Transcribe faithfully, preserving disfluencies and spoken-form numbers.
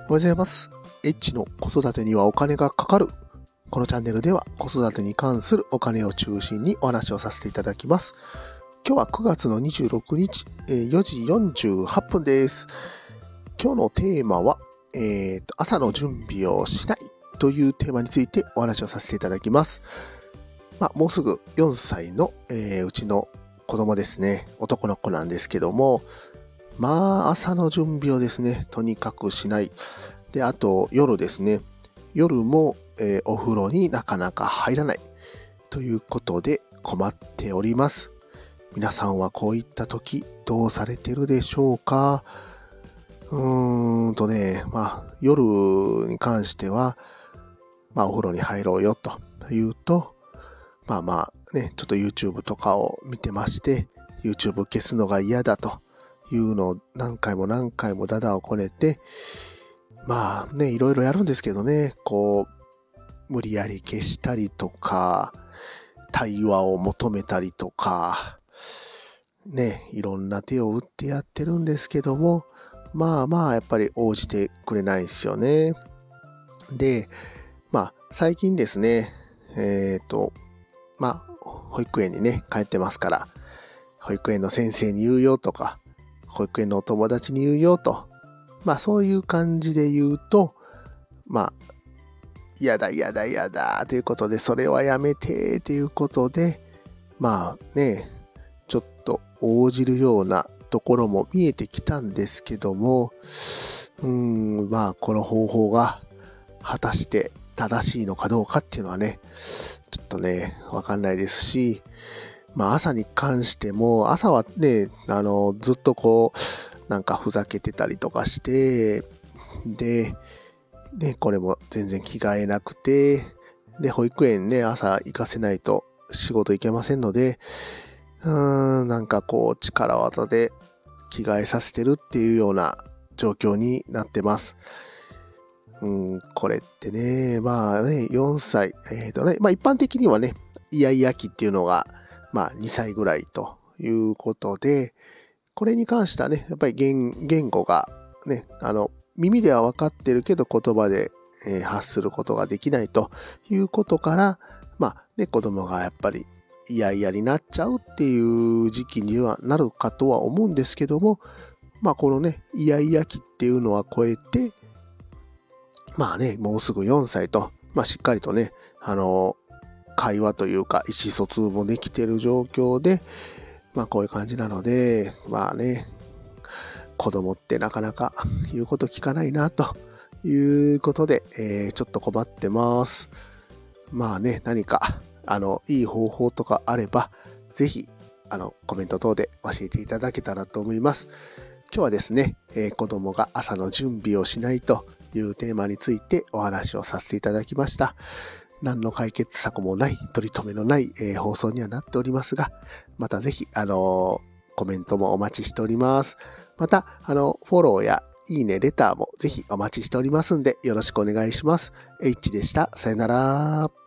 おはようございます。H の子育てにはお金がかかる。このチャンネルでは子育てに関するお金を中心にお話をさせていただきます。今日はくがつのにじゅうろくにち、よじよんじゅうはっぷんです。今日のテーマは、えーと、朝の準備をしないというテーマについてお話をさせていただきます。まあ、もうすぐよんさいの、えー、うちの子供ですね、男の子なんですけども、まあ朝の準備をですね、とにかくしない。で、あと夜ですね、夜も、えー、お風呂になかなか入らないということで困っております。皆さんはこういった時どうされてるでしょうか？うーんとね、まあ夜に関しては、まあお風呂に入ろうよというと、まあまあね、ちょっと YouTube とかを見てまして、YouTube 消すのが嫌だというのを何回も何回もダダをこねて、まあね、いろいろやるんですけどね、こう、無理やり消したりとか、対話を求めたりとか、ね、いろんな手を打ってやってるんですけども、まあまあやっぱり応じてくれないですよね。で、まあ最近ですね、えっと、まあ保育園にね、帰ってますから、保育園の先生に言うよとか、保育園のお友達に言うよと、まあそういう感じで言うと、まあ、嫌だ嫌だ嫌だということで、それはやめてということで、まあね、ちょっと応じるようなところも見えてきたんですけども、うーん、まあこの方法が果たして正しいのかどうかっていうのはね、ちょっとね、わかんないですし、まあ朝に関しても、朝はね、あの、ずっとこう、なんかふざけてたりとかして、で、ね、これも全然着替えなくて、で、保育園ね、朝行かせないと仕事行けませんので、うーん、なんかこう、力技で着替えさせてるっていうような状況になってます。うん、これってね、まあね、よんさい、えっとね、まあ一般的にはね、イヤイヤ期っていうのが、まあにさいぐらいということで、これに関してはね、やっぱり 言, 言語がね、あの、耳では分かってるけど言葉で、えー、発することができないということから、まあね、子供がやっぱり嫌々になっちゃうっていう時期にはなるかとは思うんですけども、まあこのね、イヤイヤ期っていうのは超えて、まあね、もうすぐよんさいと、まあしっかりとね、あの、会話というか意思疎通もできている状況で、まあこういう感じなので、まあね、子供ってなかなか言うこと聞かないなということで、えー、ちょっと困ってます。まあね、何かあのいい方法とかあれば、ぜひあのコメント等で教えていただけたらと思います。今日はですね、えー、子供が朝の準備をしないというテーマについてお話をさせていただきました。何の解決策もない、取り留めのない、えー、放送にはなっておりますが、またぜひ、あのー、コメントもお待ちしております。また、あの、フォローやいいね、レターもぜひお待ちしておりますんで、よろしくお願いします。H でした。さよなら。